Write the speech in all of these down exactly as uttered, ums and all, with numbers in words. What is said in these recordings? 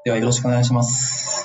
ではよろしくお願いします。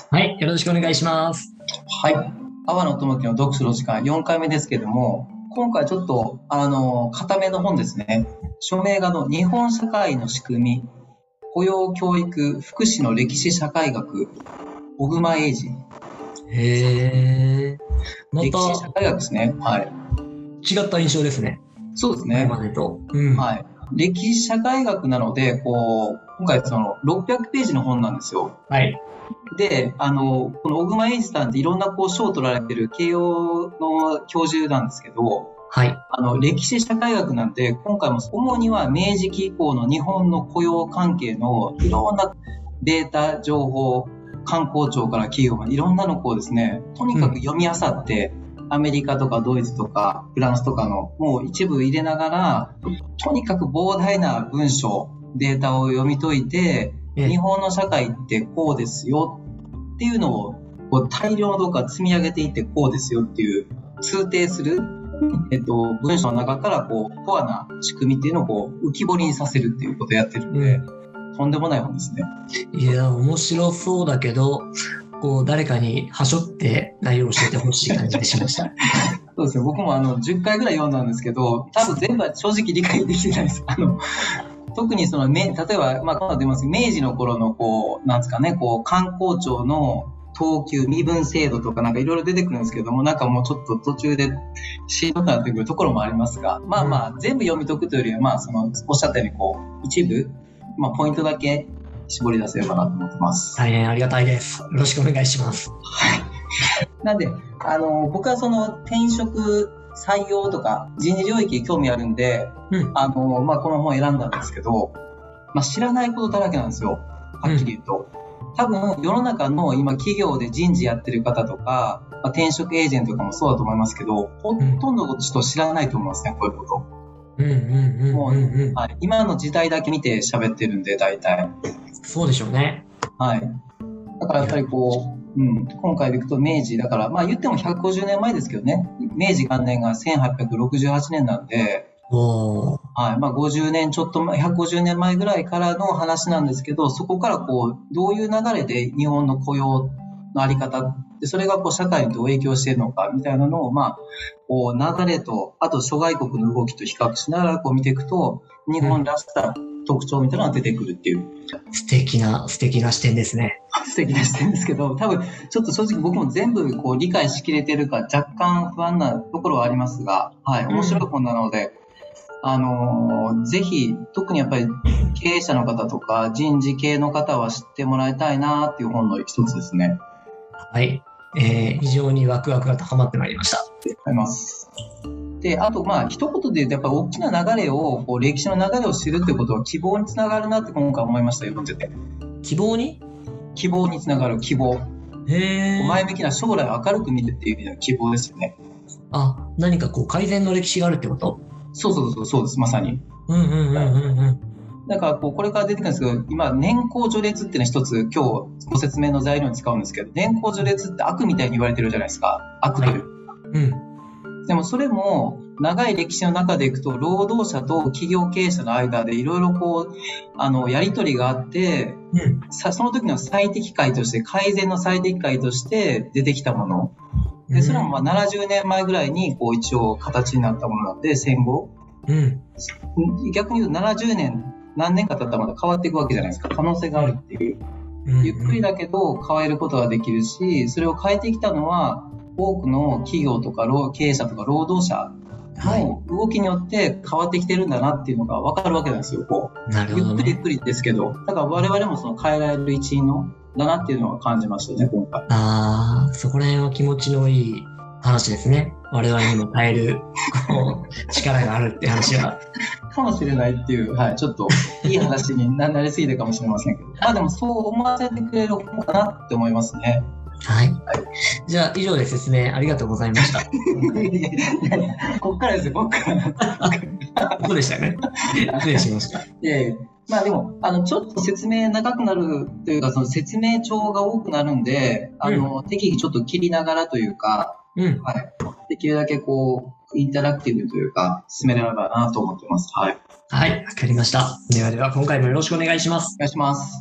はい、よろしくお願いします。 はい。阿波野智樹の読書の時間よんかいめですけども、今回ちょっと、あの、固めの本ですね。署名がの日本社会の仕組み、雇用教育福祉の歴史社会学、小熊英二。 へー。ま歴史社た会学ですね。はい。 違った印象ですね。 そうですね。 今までと。うん。 はい。歴史社会学なので、こう、今回そのろっぴゃくページの本なんですよ。 はい。 で、あの、この小熊英二さんっていろんなこう賞を取られてる慶応の教授なんですけど、 はい。 あの、歴史社会学なんて、今回も主には明治期以降の日本の雇用関係のいろんなデータ、情報、観光庁から企業までいろんなのをこうですね、とにかく読み漁って、うん、アメリカとかドイツとかフランスとかのもう一部入れながら、とにかく膨大な文章、データを読み解いて、日本の社会ってこうですよっていうのをこう大量の動画積み上げていってこうですよっていう通底する、えっと、文章の中からこうコアな仕組みっていうのをこう浮き彫りにさせるっていうことをやってるんで、うん、とんでもない本ですね。 いや、面白そうだけど、こう誰かにはしょって内容を教えてほしい感じがしました。 そうですね。僕もあのじゅっかいぐらい読んだんですけど、多分全部は正直理解できてないです。あの特にその例えば、まあ、今度出ます明治の頃のこうなんですかね、こう観光庁の等級身分制度とかなんかいろいろ出てくるんですけども、なんかもうちょっと途中でしんどくなってくるところもありますが、まあまあ全部読み解くというよりは、まあそのおっしゃったようにこう一部、まあポイントだけ絞り出せればなと思ってます。 大変ありがたいです。よろしくお願いします。 はい。なんであの僕はその転職採用とか人事領域に興味あるんで、うん、あのまあこの本を選んだんですけど、まあ知らないことだらけなんですよ。はっきり言うと。うん多分世の中の今企業で人事やってる方とか、まあ、転職エージェントとかもそうだと思いますけど、ほとんどの人知らないと思いますね、こういうこと。 うんうんうんもう、はい、今の時代だけ見て喋ってるんで、大体。 そうでしょうね。 はい。だからやっぱりこう、うん、今回でいくと明治だから、まあ言ってもひゃくごじゅうねんまえですけどね、明治元年がせんはっぴゃくろくじゅうはちねんなんで、 おはいまあ、ごじゅうねんちょっと前、ひゃくごじゅうねんまえぐらいからの話なんですけど、そこからこうどういう流れで日本の雇用のあり方で、それがこう社会にどう影響しているのかみたいなのを、まあ、こう流れとあと諸外国の動きと比較しながらこう見ていくと、日本らしさ、特徴みたいなのが出てくるっていう、 うん、素敵な素敵な視点ですね。 素敵な視点ですけど、多分ちょっと正直僕も全部こう理解しきれてるか若干不安なところはありますが、はい、面白い本なので、うんあのぜひ特にやっぱり経営者の方とか人事系の方は知ってもらいたいなっていう本の一つですね。 はい、えー、非常にワクワクが高まってまいりました。 ありがとうございます。で、あとまあ一言で言うとやっぱり大きな流れをこう歴史の流れを知るってことは希望につながるなって今回思いましたよ、読んでて。 希望に希望につながる希望。 へー。 前向きな将来を明るく見るっていう意味での希望ですよね。 あ、何かこう改善の歴史があるってこと？ そうそうそうそうです、まさに。 うんうんうんうんうん。 だからこうこれから出てくるんですけど、今年功序列っていうのは一つ今日ご説明の材料に使うんですけど、年功序列って悪みたいに言われてるじゃないですか。悪という、はい、うん。でもそれも長い歴史の中でいくと、労働者と企業経営者の間でいろいろこうあのやり取りがあって、うん、さその時の最適解として改善の最適解として出てきたもの。でそれもまあななじゅうねんまえぐらいにこう一応形になったものなんで、戦後、うん、逆に言うとななじゅうねん何年か経ったらまだ変わっていくわけじゃないですか。可能性があるっていう、うんうん、ゆっくりだけど変えることができるし、それを変えてきたのは多くの企業とか経営者とか労働者の動きによって変わってきてるんだなっていうのが分かるわけなんですよ。こうなるほどね、 ゆっくりゆっくりですけど、だから我々もその変えられる一員のだなっていうのは感じましたね、今回。 ああ、そこら辺は気持ちのいい話ですね。我々にも変えるこう力があるって話はかもしれないっていう、はい、ちょっといい話になりすぎたかもしれませんけど、まあでもそう思わせてくれる本かなって思いますね。 はい、はい、じゃあ以上で説明ありがとうございました。 いやいや、こっからですよ、こっからそうでしたね。失礼しました。 いやいや、まあでもあのちょっと説明長くなるというか、その説明帳が多くなるんで、あの、うん、適宜ちょっと切りながらというか、うんはい、できるだけこうインタラクティブというか進めれればなと思ってます。はい。 はい、わかりました。ではでは今回もよろしくお願いします。 お願いします。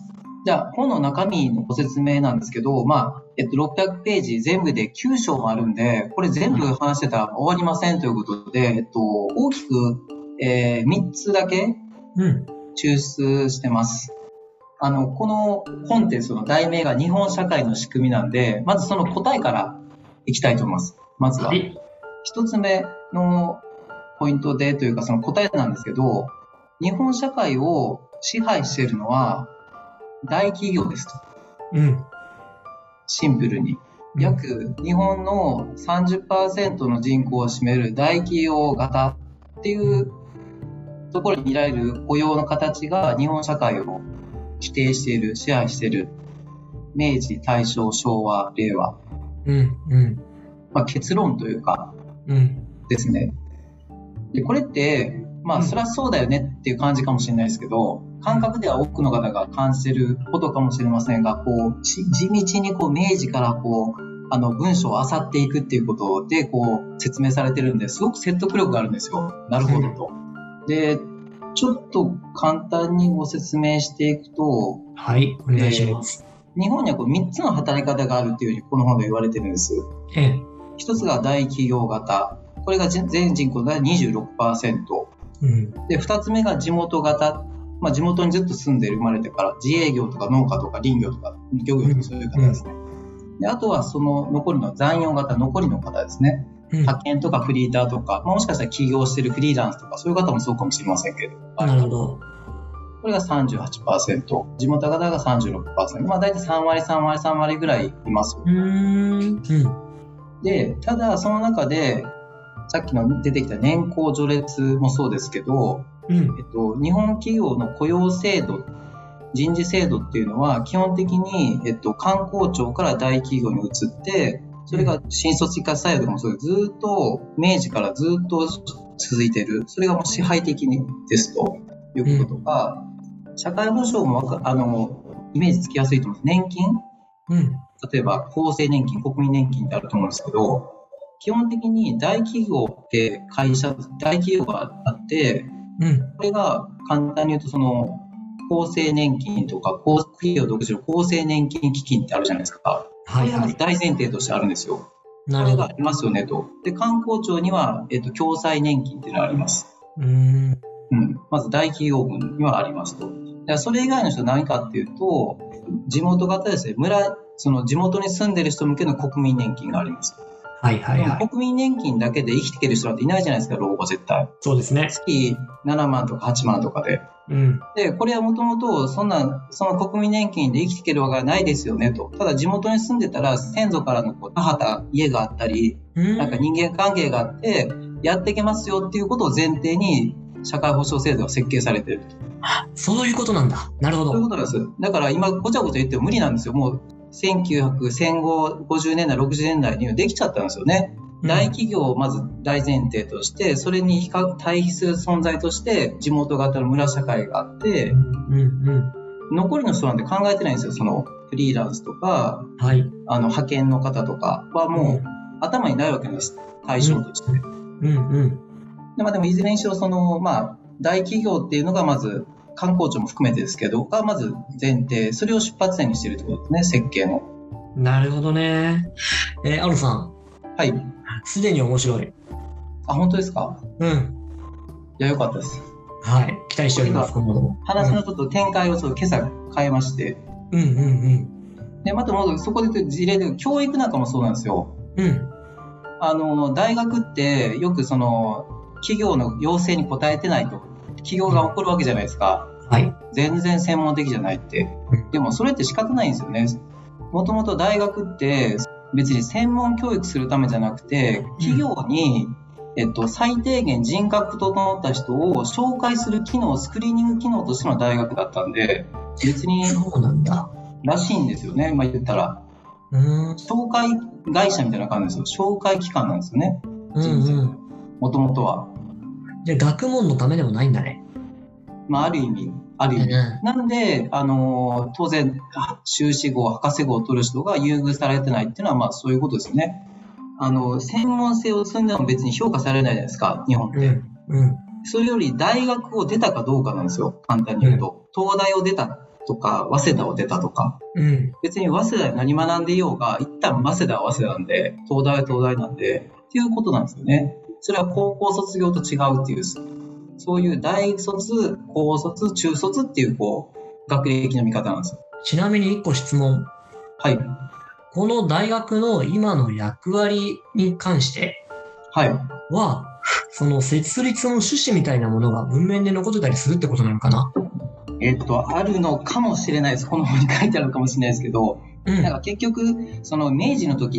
じゃあ、本の中身のご説明なんですけど、まあ、えっと、ろっぴゃくページ全部できゅう章もあるんで、これ全部話してたら終わりませんということで、えっと、大きく、えー、みっつだけ抽出してます。うん、あの、この本ってその題名が日本社会の仕組みなんで、まずその答えからいきたいと思います。まずは。一つ目のポイントでというかその答えなんですけど、日本社会を支配しているのは大企業ですと。うん。シンプルに。約日本の さんじゅっパーセント の人口を占める大企業型っていうところに見られる雇用の形が日本社会を規定している、支配している。明治、大正、昭和、令和。うんうん。まあ、結論というか、うん、ですね。で、これって、まあ、そりゃそうだよねっていう感じかもしれないですけど、感覚では多くの方が感じてることかもしれませんが、こう、地道にこう、明治からこう、あの、文章を漁っていくっていうことで、こう、説明されてるんで、すごく説得力があるんですよ。なるほどと。で、ちょっと簡単にご説明していくと、はい、お願いします。えー、日本にはこうみっつの働き方があるっていうふうにこの本で言われてるんです。ええ、一つが大企業型。これが全人口が にじゅうろくパーセント。うん、で、二つ目が地元型。まあ、地元にずっと住んで生まれてから自営業とか農家とか林業とか漁業とかそういう方ですね。うん、で、あとはその残りの残用型、残りの方ですね。うん、派遣とかフリーターとか、まあ、もしかしたら起業してるフリーランスとかそういう方もそうかもしれませんけど。なるほど。これが さんじゅうはちパーセント。地元型が さんじゅうろくパーセント。まあ大体さん割、さん割、さん割ぐらいいます。うーん、うん、で、ただその中で、さっきの出てきた年功序列もそうですけど、うん、えっと、日本企業の雇用制度、人事制度っていうのは基本的に、えっと、官公庁から大企業に移って、それが新卒以下制度もそうです。ずっと、明治からずっと続いている。それがもう支配的にですということとか、うん、社会保障もあのイメージつきやすいと思います。年金、うん、例えば厚生年金、国民年金ってあると思うんですけど、基本的に大企業って会社、大企業があって、うん、これが簡単に言うとその厚生年金とか企業独自の厚生年金基金ってあるじゃないですか。はい、はい、これが大前提としてあるんですよ。なるほど。これがありますよねと。で、官公庁には、えっと、共済年金っていうのがあります。うーん、うん。まず大企業分にはありますと。でそれ以外の人は何かっていうと、地元型ですね。村、その地元に住んでる人向けの国民年金があります。はいはいはい。国民年金だけで生きていける人なんていないじゃないですか、老後絶対。そうですね。月ななまんとかはちまんとかで。うん、で、これはもともと、そんな、その国民年金で生きていけるわけがないですよねと。ただ地元に住んでたら、先祖からのこう田畑、家があったり、なんか人間関係があって、やっていけますよっていうことを前提に、社会保障制度が設計されていると。そういうことなんだ。なるほど。そういうことです。だから今、ごちゃごちゃ言っても無理なんですよ。もう、せんきゅうひゃく、戦後ごじゅうねんだい、ろくじゅうねんだいにはできちゃったんですよね。大企業をまず大前提として、それに比較対比する存在として地元型の村社会があって、うんうん、残りの人なんて考えてないんですよ。そのフリーランスとか、はい、あの派遣の方とかはもう頭にないわけです。対象として。うんうんうん、で, まあ、でもいずれにしろその、まあ、大企業っていうのがまず官公庁も含めてですけどがまず前提、それを出発点にしているということですね、設計の。なるほどね。えー、アルさん。はい。すでに面白い。あ、本当ですか？うん。いや、よかったです。はい。期待しております。話のちょっと展開をちょっと今朝変えまして。うんうんうん。で、またもうそこで言う事例で教育なんかもそうなんですよ。うん。あの、大学ってよくその、企業の要請に応えてないと。企業が起こるわけじゃないですか。はい。全然専門的じゃないって。でもそれって仕方ないんですよね。もともと大学って、別に専門教育するためじゃなくて、企業に、えっと、最低限人格整った人を紹介する機能、スクリーニング機能としての大学だったんで、別に、そうなんだ。らしいんですよね、まあ言ったら。うーん、紹介会社みたいな感じですよ。紹介機関なんですよね。もともとは。じゃあ学問のためでもないんだね。まあある意味。ある意味。うん、なんで、あの、当然、修士号、博士号を取る人が優遇されてないっていうのは、まあそういうことですね。あの、専門性を積んでも別に評価されないじゃないですか、日本って。うんうん、それより大学を出たかどうかなんですよ、簡単に言うと。うん、東大を出た。 とか、早稲田を出たとか、うん、別に早稲田で何学んでいようが、一旦早稲田は早稲田なんで、東大は東大なんで、っていうことなんですよね。それは高校卒業と違うっていう、そういう大卒、高卒、中卒っていう、こう、学歴の見方なんですよ。 ちなみに一個質問。 はい。 この大学の今の役割に関して、 はい。 は、その設立の趣旨みたいなものが文面で残ってたりするってことなのかな？ えっと、あるのかもしれないです。この本に書いてあるかもしれないですけど、うん、なんか結局、その明治の時って、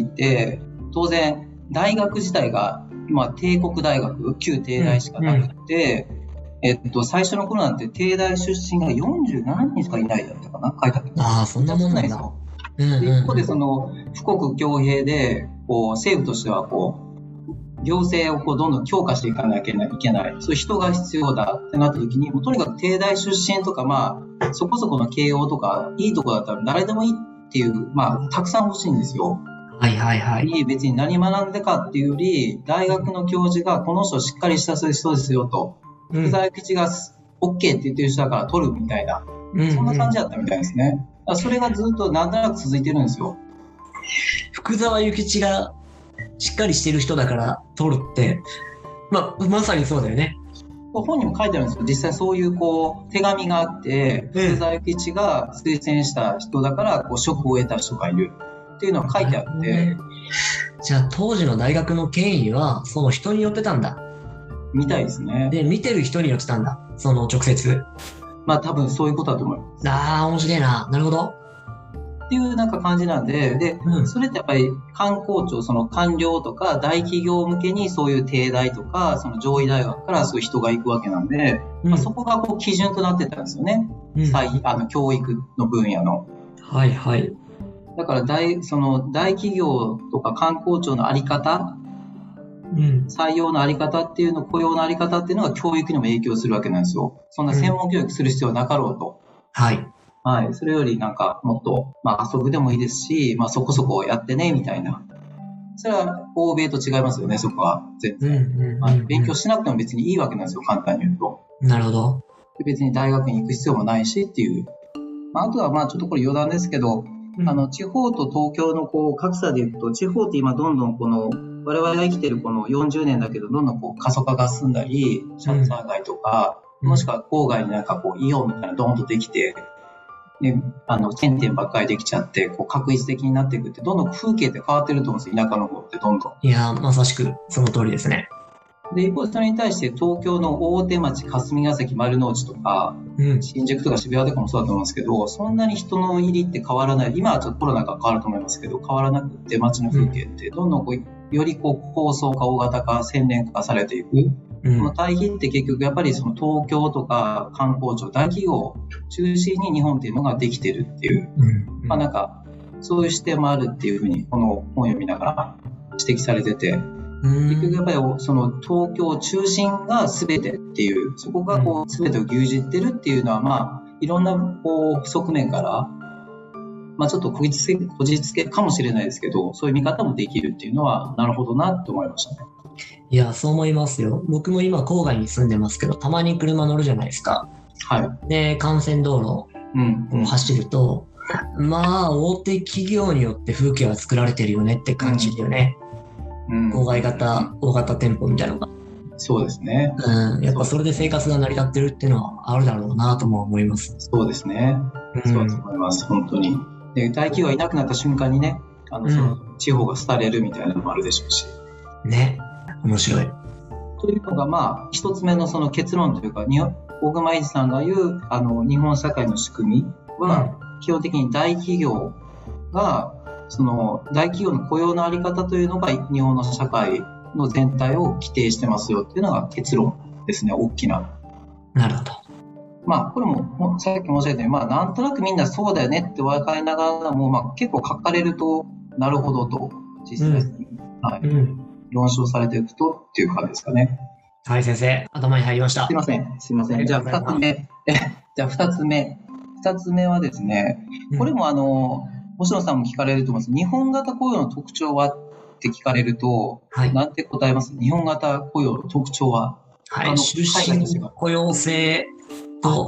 当然、大学自体が、まあ、帝国大学、旧帝大しかなくて、うんうん、えっと、最初の頃なんて帝大出身がよんじゅうななにんしかいないだったかな、書いてあった。 ああ、そんなもんなんだ。 うんうんうん、一方で、その、富国強兵で、こう、政府としては、こう、行政をこうどんどん強化していかなきゃいけない。そういう人が必要だってなった時に、もうとにかく帝大出身とか、まあ、そこそこの慶応とか、いいとこだったら誰でもいいっていう、まあ、たくさん欲しいんですよ。 はいはいはい。 別に何学んでかっていうより、大学の教授がこの人しっかりした人ですよと、うん、福沢諭吉が OK って言ってる人だから取るみたいな、うんうん、そんな感じだったみたいですね。だからそれがずっとなんとなく続いてるんですよ。 福沢諭吉がしっかりしてる人だから取るって、まあ、まさにそうだよね。 本にも書いてあるんですよ。実際そういうこう手紙があって、福沢諭吉が推薦した人だからこう職を得た人がいるっていうのが書いてあって、ね、 じゃあ当時の大学の権威はその人によってたんだ。 みたいですね。 で、見てる人によってたんだ。その直接。 まあ多分そういうことだと思います。 ああ、面白いな。なるほど。 っていうなんか感じなんで、で、うん、それってやっぱり官公庁、その官僚とか大企業向けにそういう帝大とか、その上位大学からそういう人が行くわけなんで、うん、まあ、そこがこう基準となってたんですよね。うん、あの教育の分野の。 はいはい。 だから大、その大企業とか官公庁のあり方、うん、採用のあり方っていうの、雇用のあり方っていうのが教育にも影響するわけなんですよ。そんな専門教育する必要なかろうと。 うん、はい。 はい。それよりなんかもっと、まあ遊ぶでもいいですし、まあそこそこやってね、みたいな。それは欧米と違いますよね、そこは。全然。うんうんうんうん、まあ、勉強しなくても別にいいわけなんですよ、簡単に言うと。 なるほど。 別に大学に行く必要もないしっていう。まあ、あとはまあちょっとこれ余談ですけど、うん、あの地方と東京のこう格差でいくと、地方って今どんどんこの我々が生きてるこのよんじゅうねんだけど、どんどんこう過疎化が進んだり、シャッター街とか、うん、もしくは郊外になんかこうイオンみたいなドーンとできて、で、あの、チェーン店ばっかりできちゃって、こう、確実的になっていくって、どんどん風景って変わってると思うんですよ、田舎の方ってどんどん。 いやー、まさしく、その通りですね。 で、一方、それに対して、東京の大手町、霞ヶ関、丸の内とか、うん、新宿とか渋谷とかもそうだと思うんですけど、そんなに人の入りって変わらない。今はちょっとコロナが変わると思いますけど、変わらなくて、街の風景って、どんどんこう、よりこう、高層化、大型化、洗練化されていく。うん、この対比って結局やっぱりその東京とか観光庁、大企業を中心に日本っていうのができてるっていう、うんうん、まあなんかそういう視点もあるっていうふうにこの本を読みながら指摘されてて、うん、結局やっぱりその東京中心が全てっていう、そこがこう全てを牛耳ってるっていうのはまあいろんなこう側面から、まあちょっとこじつけ、こじつけかもしれないですけど、そういう見方もできるっていうのはなるほどなって思いましたね。 いや、そう思いますよ。僕も今郊外に住んでますけど、たまに車乗るじゃないですか。 はい。 で、幹線道路を走ると、うん、まあ、大手企業によって風景は作られてるよねって感じだよね。うん、郊外型、大型店舗みたいなのが。 そうですね。 うん。やっぱそれで生活が成り立ってるっていうのはあるだろうなとも思います。 そうですね。うん、そうだと思います。本当に。で、大企業がいなくなった瞬間にね、あの、うん、その地方が廃れるみたいなのもあるでしょうし。 ね。面白い。 というのが、まあ、一つ目のその結論というか、大熊一さんが言う、あの、日本社会の仕組みは、基本的に大企業が、その、大企業の雇用のあり方というのが、日本の社会の全体を規定してますよっていうのが結論ですね、大きな。 なるほど。 まあ、これも、さっき申し上げたように、まあ、なんとなくみんなそうだよねって分かりながらも、まあ、結構書かれると、なるほどと、実際に、うん、はい。うん論証されていくとっていう感じですかね。 はい、先生、頭に入りました。 すいません、すいません。じゃあ二つ目、じゃあ二つ目、二つ目はですね、これもあの、星野さんも聞かれると思います。日本型雇用の特徴はって聞かれると、はい、なんて答えます？日本型雇用の特徴は？ はい、終身雇用制と、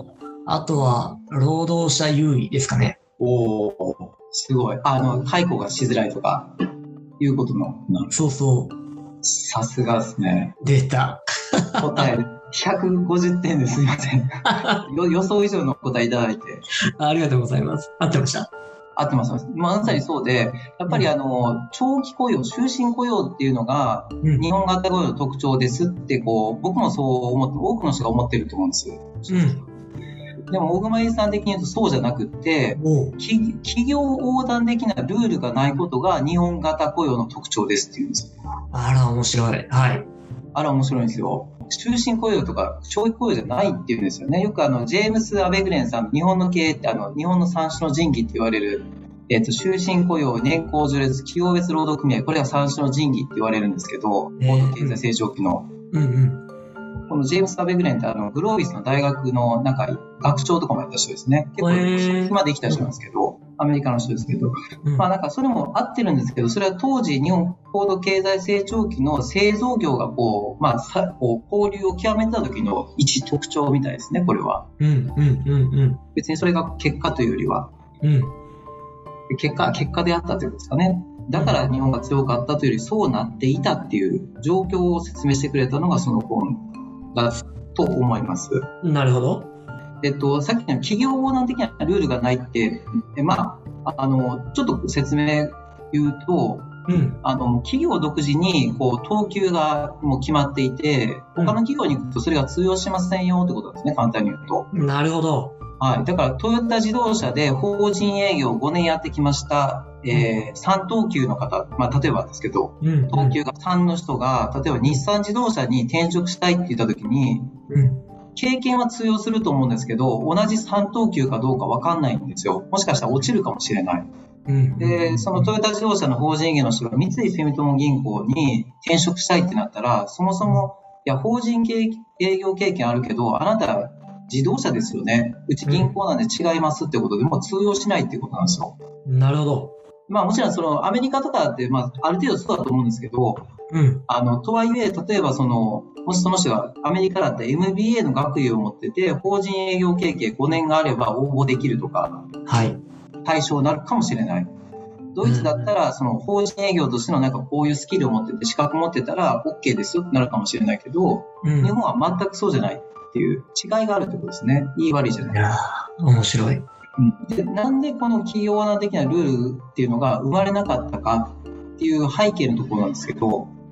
あとは、労働者優位ですかね。 おお、すごい。あの、解雇がしづらいとか、いうことの。 そうそう。 さすがですね。 出た。 答え、ひゃくごじゅってんですみません。予想以上の答えいただいて。 ありがとうございます。合ってました。 合ってます。まさにそうで、やっぱりあの、うん、長期雇用、終身雇用っていうのが、日本型雇用の特徴ですって、こう、僕もそう思って、多くの人が思ってると思うんですよ。うん、でも、大熊井さん的に言うとそうじゃなくて、企業横断的なルールがないことが日本型雇用の特徴ですっていうんですよ。 あら、面白い。はい。 あら、面白いんですよ。終身雇用とか長期雇用じゃないっていうんですよね。よくあの、ジェームス・アベグレンさん、日本の経営ってあの、日本の三種の神器って言われる、えっと、終身雇用、年功序列、企業別労働組合、これは三種の神器って言われるんですけど、高度経済成長期の。うんうん。このジェームス・アベグレンってあの、グロービスの大学のなんか、学長とかもやった人ですね。結構、今できた人なんですけど、アメリカの人ですけど、うん、まあなんかそれも合ってるんですけど、それは当時日本高度経済成長期の製造業がこう、まあさ、こう交流を極めた時の一特徴みたいですね、これは。うんうんうんうん。別にそれが結果というよりは、うん、結果、結果であったということですかね。だから日本が強かったというより、そうなっていたっていう状況を説明してくれたのがその本だと思います。 なるほど。 えっと、さっきの企業横断的なルールがないって、えまあ、あの、ちょっと説明言うと、うん、あの、企業独自に、こう、等級がもう決まっていて、他の企業に行くとそれが通用しませんよってことですね、簡単に言うと。 なるほど。 はい。だから、トヨタ自動車で法人営業ごねんやってきました、えー、さん等級の方、まあ、例えばですけど、うん、等級がさんの人が、例えば日産自動車に転職したいって言ったときに、うん経験は通用すると思うんですけど、同じさん等級かどうか分かんないんですよ。もしかしたら落ちるかもしれない。うん、で、そのトヨタ自動車の法人営業の人が三井住友銀行に転職したいってなったら、そもそも、いや、法人営業経験あるけど、あなた自動車ですよね。うち銀行なんで違いますってことで、もう通用しないっていうことなんですよ。 なるほど。 まあもちろんそのアメリカとかって、まあある程度そうだと思うんですけど、うん、あの、とはいえ、例えばその、もしその人がアメリカだったら エムビーエー の学位を持ってて、法人営業経験ごねんがあれば応募できるとか、はい。対象になるかもしれない。ドイツだったら、その法人営業としてのなんかこういうスキルを持ってて、資格持ってたら OK ですよってなるかもしれないけど、うん、日本は全くそうじゃないっていう違いがあるってことですね。いい悪いじゃない。いやー、面白い。 で、なんでこの企業横断的なルールっていうのが生まれなかったかっていう背景のところなんですけど、うん、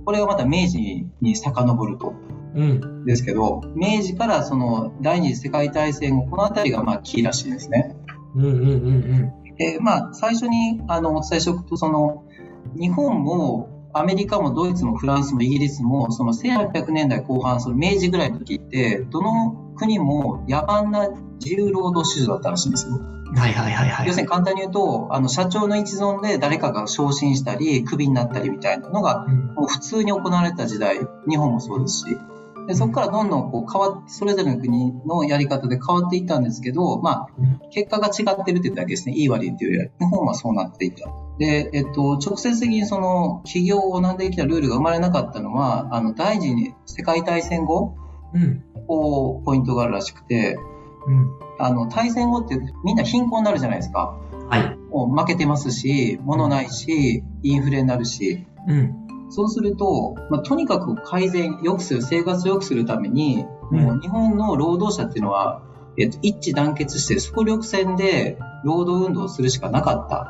これがまた明治に遡ると、うん、ですけど、明治からその第二次世界大戦後、このあたりがまあキーらしいですね。うんうんうんうんえー、まあ最初にあのお伝えしておくと、その日本もアメリカもドイツもフランスもイギリスもそのせんはっぴゃくねんだいこう半、その明治ぐらいの時ってどの国も野蛮な自由労働市場だったらしいんですよ。はいはいはいはい。要するに簡単に言うと、あの社長の一存で誰かが昇進したりクビになったりみたいなのがもう普通に行われた時代、日本もそうですし、でそこからどんどんこう変わって、それぞれの国のやり方で変わっていったんですけど、まあ結果が違ってるって言っただけですね。いい悪いっていうよりは日本はそうなっていた。で、えっと直接的にその企業をなんできたルールが生まれなかったのは、あの第二次世界大戦後、うん、こうポイントがあるらしくて。うん、あの大戦後ってみんな貧困になるじゃないですか。はい。もう負けてますし、物ないし、インフレになるし。うん。そうすると、まあ、とにかく改善、良くする、生活を良くするために、うん、もう日本の労働者っていうのは、えっと、一致団結して総力戦で労働運動をするしかなかった。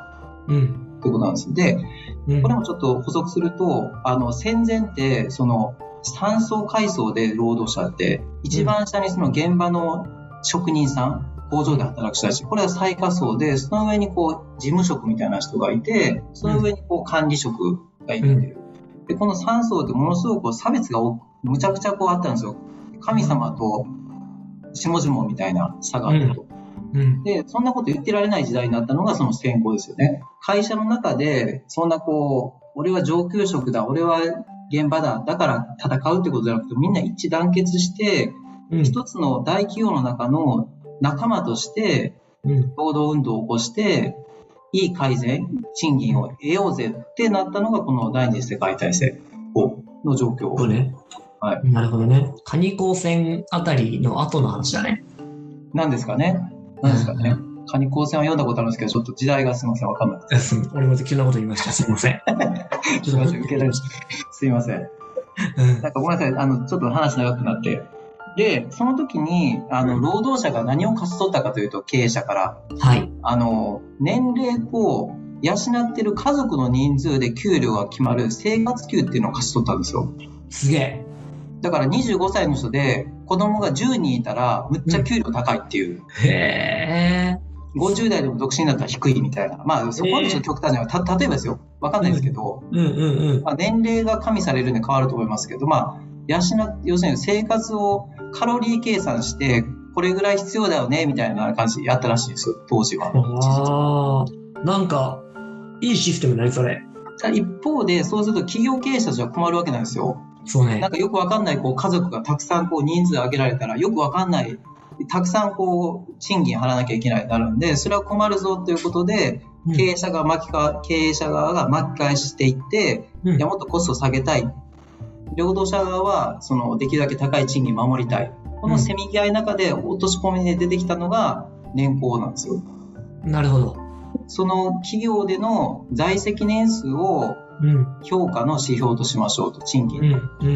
うん。ってことなんです。で、うん、これもちょっと補足すると、あの、戦前って、その、三層階層で労働者って、一番下にその現場の職人さん、工場で働く人たち、これは最下層で、その上にこう事務職みたいな人がいて、その上にこう管理職がいるっていう。うん、でこのさん層ってものすごくこう差別がむちゃくちゃこうあったんですよ。神様と下々みたいな差があると。うんうん、で、そんなこと言ってられない時代になったのがその戦後ですよね。会社の中で、そんなこう、俺は上級職だ、俺は現場だ、だから戦うってことじゃなくて、みんな一致団結して、うん、一つの大企業の中の仲間として労働運動を起こしていい改善、賃金を得ようぜってなったのがこの第二次世界大戦後の状況。 ね、はい、なるほどね。カニ高専あたりの後の話だね。 なんですかね。なんですかね。カニ光線は読んだことあるんですけど、ちょっと時代がすみません、わかんない。 俺も急なこと言いました。すみません。 すみません、受けられました。すみません。なんかごめんなさい、あの、ちょっと話長くなって。で、その時に、あの、労働者が何を勝ち取ったかというと、経営者から。 はい。 あの、年齢と養ってる家族の人数で給料が決まる生活給っていうのを勝ち取ったんですよ。 すげえ。 だからにじゅうごさいの人で子供がじゅうにんいたらむっちゃ給料高いっていう。 うん、へー。 ごじゅう代でも独身だったら低いみたいな。まあそこまでちょっと極端には、た例えばですよ。わかんないですけど、 うんうんうんうん、 まあ、年齢が加味されるんで変わると思いますけど、まあ養要するに生活をカロリー計算してこれぐらい必要だよねみたいな感じでやったらしいですよ、当時は。 ああ、なんかいいシステムねそれ。 一方でそうすると企業経営者たちは困るわけなんですよ。 そうね。 なんかよくわかんないこう家族がたくさんこう人数上げられたらよくわかんないたくさんこう賃金払わなきゃいけないとなるんで、それは困るぞということで、うん、経営者が巻きか経営者側が巻き返していって、うん、いやもっとコストを下げたい、労働者側はそのできるだけ高い賃金を守りたい、このせめぎ合いの中で落とし込みで出てきたのが年功なんですよ。 なるほど。 その企業での在籍年数を評価の指標としましょうと、賃金、うんうんうん、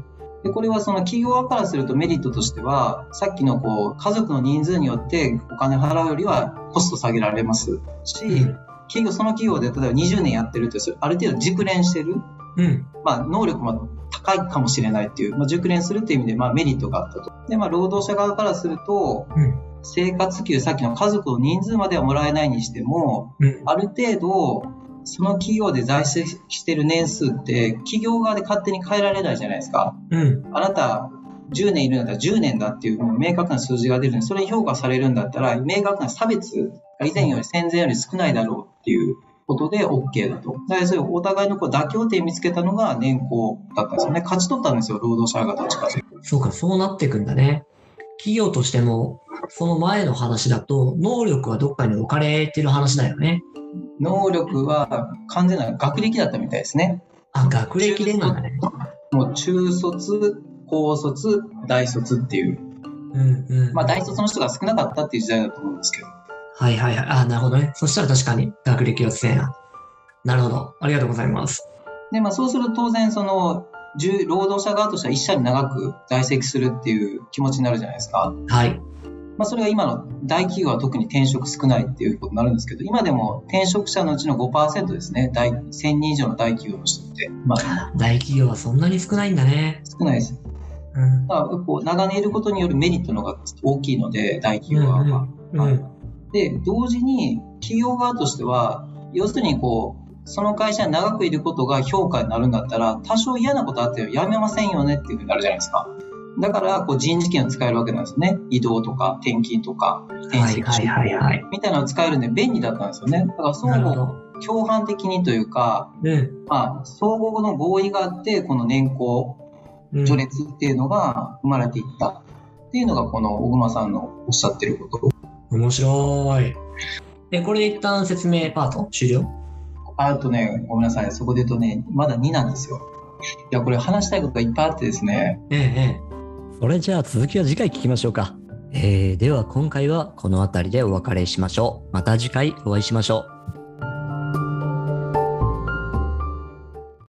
でこれはその企業側からするとメリットとしては、さっきのこう家族の人数によってお金払うよりはコスト下げられますし、うん、企業その企業で例えばにじゅうねんやってるとある程度熟練してる、うんまあ、能力も高いかもしれないっていう、まあ、熟練するっていう意味でまあメリットがあったと。で、まあ、労働者側からすると、うん、生活給、さっきの家族の人数まではもらえないにしても、うん、ある程度その企業で在籍してる年数って企業側で勝手に変えられないじゃないですか、うん、あなたじゅうねんいるんだったらじゅうねんだっていう明確な数字が出るので、それに評価されるんだったら明確な差別が以前より戦前より少ないだろうっていうことで OK だと。だからそれお互いのこう妥協点見つけたのが年功だったんですよね。勝ち取ったんですよ、労働者がどっちかというと。 そうか、そうなっていくんだね。企業としてもその前の話だと能力はどっかに置かれてる話だよね。 能力は完全な学歴だったみたいですね。 あ、学歴でなんだね。 もう中卒、高卒、大卒っていう。うんうん。まあ大卒の人が少なかったっていう時代だと思うんですけど。 はいはいはい。あ、なるほどね。そしたら確かに学歴はせんや。なるほど。ありがとうございます。 で、まあそうすると当然その、労働者側としては一社に長く在籍するっていう気持ちになるじゃないですか。 はい。 まあ、それが今の大企業は特に転職少ないっていうことになるんですけど、今でも転職者のうちの ごパーセント ですね。せんにん以上の大企業の人って。まあ、 大企業はそんなに少ないんだね。 少ないです。うん、だからこう長年いることによるメリットの方が大きいので、大企業は。うんうんうん、で、同時に企業側としては、要するにこう、その会社に長くいることが評価になるんだったら、多少嫌なことあってもやめませんよねっていうふうになるじゃないですか。だからこう人事権を使えるわけなんですね。移動とか転勤とか転籍出向みたいなのを使えるんで便利だったんですよね。だから相互共犯的にというか、うん、まあ、相互の合意があってこの年功序列っていうのが生まれていったっていうのがこの小熊さんのおっしゃってること。 面白い。で、これで一旦説明パート終了？ あとね、ごめんなさい。そこで言うとね、まだになんですよ。いや、これ話したいことがいっぱいあってですね。 ええ。 それじゃあ続きは次回聞きましょうか。えー、では今回はこの辺りでお別れしましょう。また次回お会いしましょう。